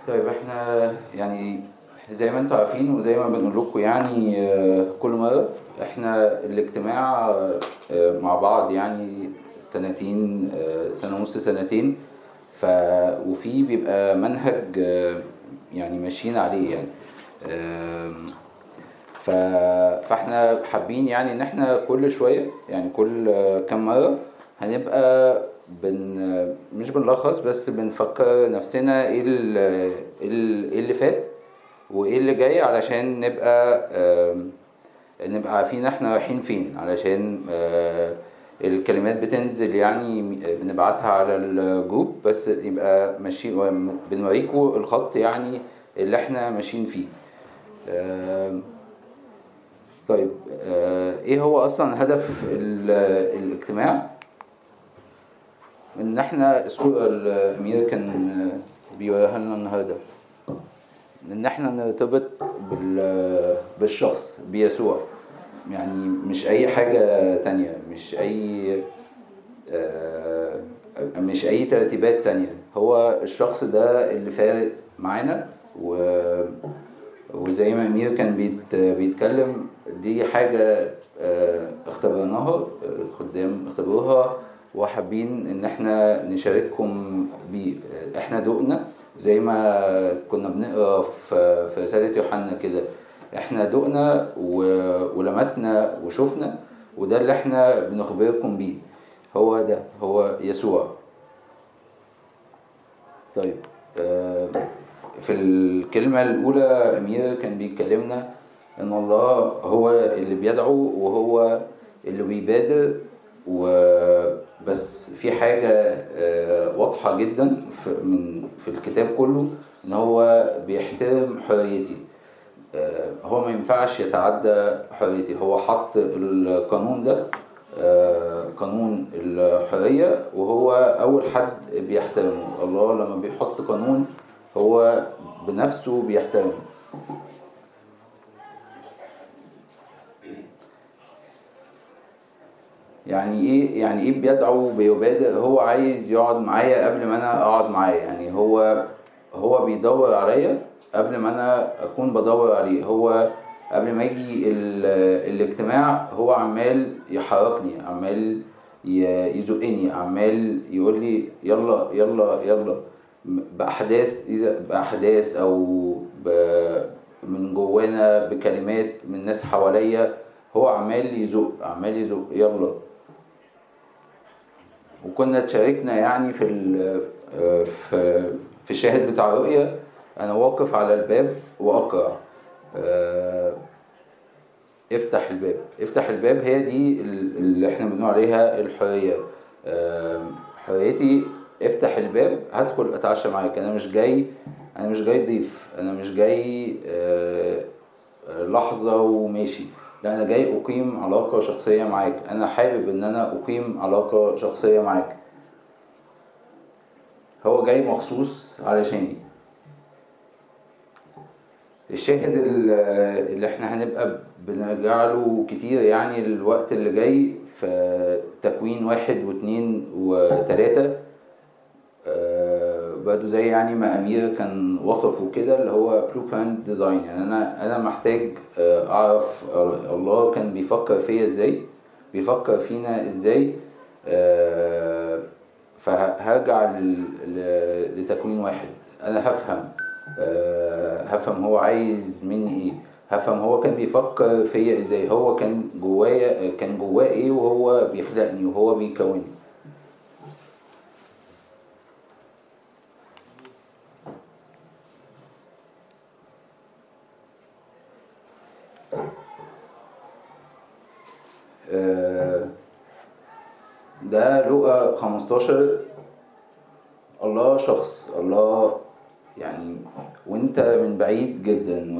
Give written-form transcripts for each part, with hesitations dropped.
طيب احنا يعني زي ما انتوا عارفين وزي ما بنقول لكم يعني كل مرة احنا الاجتماع مع بعض يعني سنتين، سنة ونص سنتين. ف وفي بيبقى منهج يعني ماشيين عليه يعني. آم، ف... فاحنا حابين يعني ان احنا كل شوية يعني كل كام مرة هنبقى مش بنلخص بس بنفكر نفسنا إيه اللي فات وايه اللي جاي علشان نبقى عارفين احنا رايحين فين، علشان الكلمات بتنزل يعني بنبعتها على الجروب بس يبقى ماشي بنوريكم الخط يعني اللي احنا ماشيين فيه. طيب ايه هو اصلا هدف الاجتماع؟ ان احنا الصورة الامير كان بيوريها لنا النهارده ان احنا نرتبط بالشخص بيسوع، يعني مش اي حاجة تانية، مش اي ترتيبات تانية. هو الشخص ده اللي فارق معانا وزي ما امير كان بيتكلم دي حاجة اختبرناها، الخدام اختبروها وحابين ان احنا نشارككم بيه. احنا دقنا زي ما كنا بنقرا في رسالة يوحنا كده، احنا دقنا ولمسنا وشفنا، وده اللي احنا بنخبركم بيه. هو ده هو يسوع. طيب في الكلمة الأولى أمير كان بيكلمنا إن الله هو اللي بيدعو وهو اللي بيبادر، وبس في حاجة واضحة جدا في الكتاب كله إن هو بيحترم حريتي. هو ما ينفعش يتعدى حريتي. هو حط القانون ده قانون الحرية وهو أول حد بيحترمه. الله لما بيحط قانون هو بنفسه بيحترمه. يعني ايه بيدعو بيبادئ؟ هو عايز يقعد معايا قبل ما انا اقعد معاه، يعني هو بيدور عليا قبل ما انا اكون بدور عليه. هو قبل ما يجي الاجتماع هو عمال يحركني، عمال يزقني، عمال يقول لي يلا يلا يلا، باحداث او من جوانا بكلمات من ناس حواليا. هو عمال يزق يلا. وكنا تشاركنا يعني في الشاهد بتاع رؤية، انا واقف على الباب واقرع. افتح الباب، افتح الباب. هي دي اللي احنا بنقول عليها الحرية. حريتي افتح الباب هدخل اتعشى معاك. انا مش جاي ضيف، انا مش جاي لحظة وماشي، لا انا جاي اقيم علاقة شخصية معاك. انا حابب ان انا اقيم علاقة شخصية معاك. هو جاي مخصوص علشاني. الشاهد اللي احنا هنبقى بنرجع له كتير يعني الوقت اللي جاي في تكوين 1 و2 و3. برضه زي يعني ما امير كان وصفه كده اللي هو blueprint design. يعني انا محتاج اعرف الله كان بيفكر فيا ازاي، بيفكر فينا ازاي. فهرجع لتكوين 1. انا هفهم هو عايز مني ايه، هفهم هو كان بيفكر فيا ازاي، هو كان جواه ايه وهو بيخلقني وهو بيكونني. ده لقى 15. الله شخص، الله يعني وانت من بعيد جدا،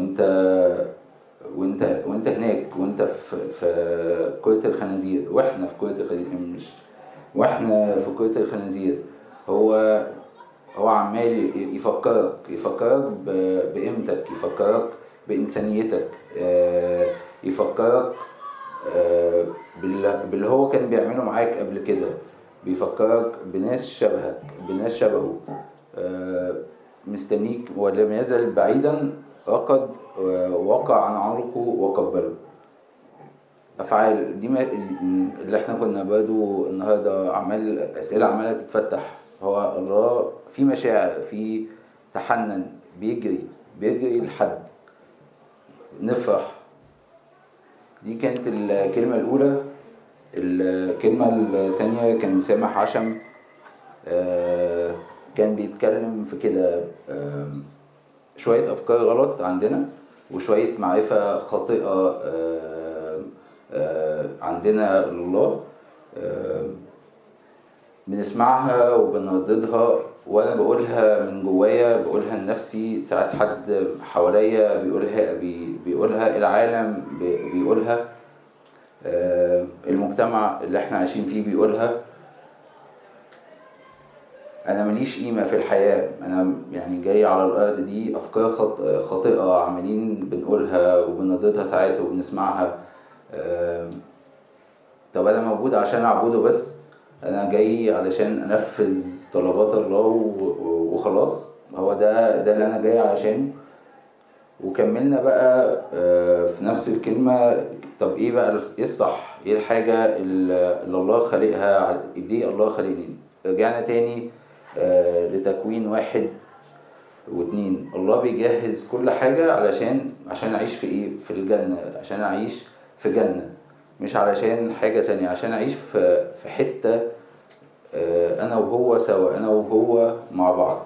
وانت هناك، وانت في كرة الخنازير، واحنا في كرة الخنازير، مش واحنا في كرة الخنازير. هو عمال يفكرك بقيمتك، يفكرك بإنسانيتك، يفكرك باللي هو كان بيعمله معاك قبل كده، بيفكرك بناس شبهك، بناس شبهه. مستنيك ولم يزل بعيدا وقد وقع عن عنقه وقبله. أفعال دي اللي احنا كنا برضه النهاردة أسئلة عمالة تتفتح. هو الله في مشاعر، في تحنن، بيجري لحد نفرح. دي كانت الكلمة الأولى. الكلمة التانية كان سامح عشم، كان بيتكلم في كده شوية أفكار غلط عندنا وشوية معرفة خاطئة عندنا لله، بنسمعها وبنرددها، وأنا بقولها من جوايا، بقولها لنفسي، ساعات حد حواليا بيقولها العالم بيقولها، المجتمع اللي احنا عايشين فيه بيقولها. انا ماليش قيمة في الحياة، انا يعني جاي على الارض دي افكار خاطئة عمالين بنقولها وبنرددها ساعات وبنسمعها. طب انا موجود عشان اعبده بس، انا جاي علشان انفذ طلبات الله وخلاص، هو ده اللي انا جاي علشانه. وكملنا بقى في نفس الكلمة. طب ايه بقى ايه الصح، ايه الحاجة اللي الله خلقها، ليه الله خلقني؟ رجعنا تاني لتكوين 1 و2. الله بيجهز كل حاجة عشان أعيش في إيه؟ في الجنة، عشان أعيش في جنة، مش علشان حاجة تانية، عشان أعيش في حتة أنا وهو سوا، أنا وهو مع بعض.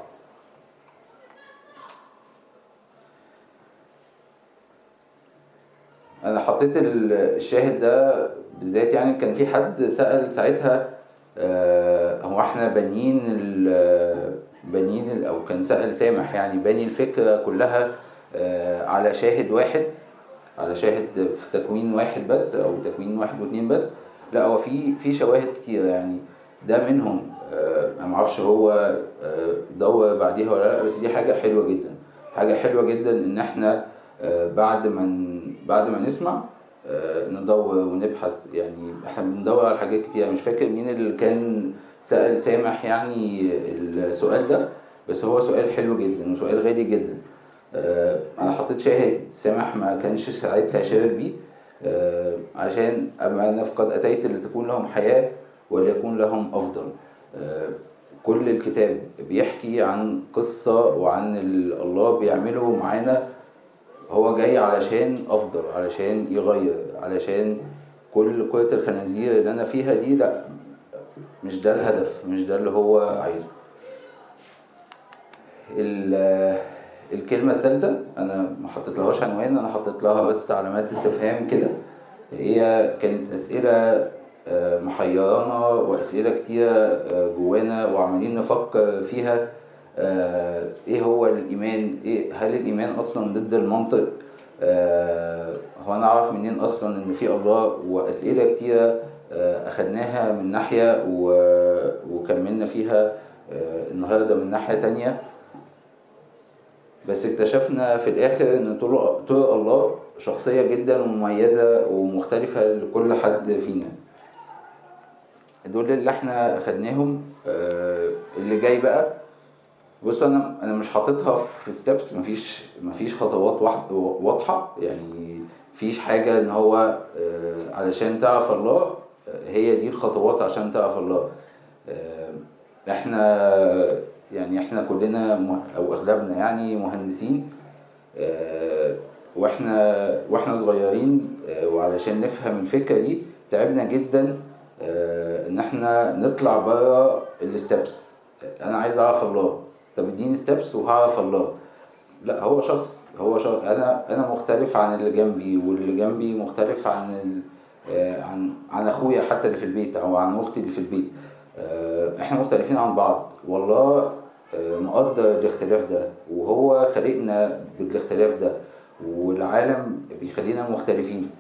أنا حطيت الشاهد ده بالذات، يعني كان في حد سأل ساعتها هو احنا بانيين او كان سأل سامح يعني باني الفكرة كلها على شاهد واحد، على شاهد في تكوين 1 بس او تكوين 1 و2 بس. لا، هو في شواهد كتيرة يعني، ده منهم. انا معرفش هو دور بعديها ولا لا، بس دي حاجة حلوة جدا، حاجة حلوة جدا ان احنا بعد ما نسمع ندور ونبحث. يعني احنا بندور على حاجات كتير، مش فاكر مين اللي كان سأل سامح يعني السؤال ده، بس هو سؤال حلو جدا وسؤال غالي جدا. انا حطيت شاهد سامح ما كانش ساعتها شارك بيه، عشان اما انا قد اتيت لتكون لهم حياة وليكون لهم افضل. كل الكتاب بيحكي عن قصة وعن الله بيعمله معانا، هو جاي علشان افضل، علشان يغير، علشان كل كرة الخنازير اللي انا فيها دي لا، مش ده الهدف، مش ده اللي هو عايزه. الكلمة الثالثة انا ما حطيت لهاش عنوان، انا حطيت لها بس علامات استفهام كده. هي كانت اسئلة محيرانا واسئلة كتيرة جوانا وعمالين نفكر فيها. ايه هو الايمان؟ هل الايمان اصلا ضد المنطق؟ هو انا اعرف منين اصلا ان في الله؟ واسئله كتيره اخدناها من ناحيه وكملنا فيها النهارده من ناحيه تانية. بس اكتشفنا في الاخر ان طرق الله شخصيه جدا ومميزه ومختلفه لكل حد فينا. دول اللي احنا اخدناهم. اللي جاي بقى، بص انا مش حاططها في ستيبس، مفيش خطوات واضحه يعني، مفيش حاجه ان هو علشان تعرف الله هي دي الخطوات عشان تعرف الله. احنا كلنا او اغلبنا يعني مهندسين، واحنا صغيرين، وعلشان نفهم الفكره دي تعبنا جدا ان احنا نطلع بره الستبس. انا عايز اعرف الله، طب اديني ستبس وهعرف الله. لا، هو شخص انا مختلف عن اللي جنبي، واللي جنبي مختلف عن اخويا حتى اللي في البيت او عن اختي اللي في البيت. احنا مختلفين عن بعض، والله مقدر الاختلاف ده، وهو خلقنا بالاختلاف ده، والعالم بيخلينا مختلفين.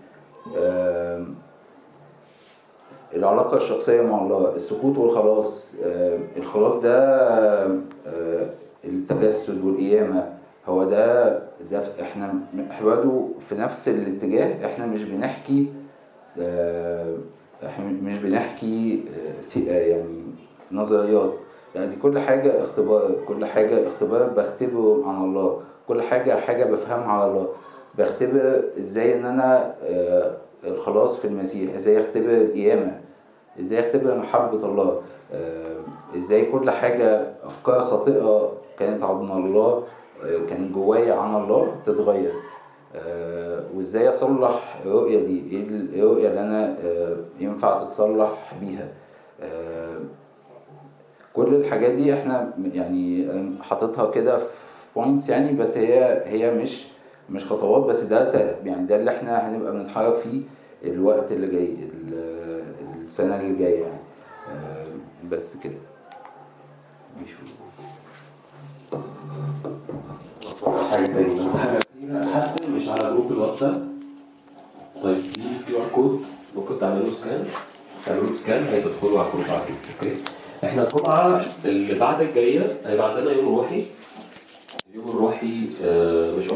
العلاقة الشخصية مع الله، السكوت والخلاص. الخلاص ده التجسد والقيامة، هو ده احنا برضه في نفس الاتجاه. احنا مش بنحكي يعني نظريات، يعني كل حاجة اختبار، كل حاجة اختبار بختبره عن الله، كل حاجة بفهمها على الله. بختبر ازاي ان انا الخلاص في المسيح، ازاي اختبر القيامة، ازاي اختبر محبة الله، ازاي كل حاجة افكار خاطئة كانت عن الله كانت جوايا عن الله تتغير. وازاي اصلح الرؤية دي، ايه الرؤية اللي انا ينفع تتصلح بيها. كل الحاجات دي احنا يعني حاططها كده في بوينتس يعني، بس هي مش خطوات بس، يعني ده اللي احنا هنبقى بنتحرك فيه الوقت اللي جاي، السنة اللي جاية يعني. بس كده. حاجة تانية بس حد مش على جروب الواتساب. طيب في QR كود ممكن تعملوا سكان هيدخلوا على الجروب على طول. اوكي. احنا الجمعة اللي بعد الجاية هيبقى عندنا يوم روحي. اليوم الروحي مش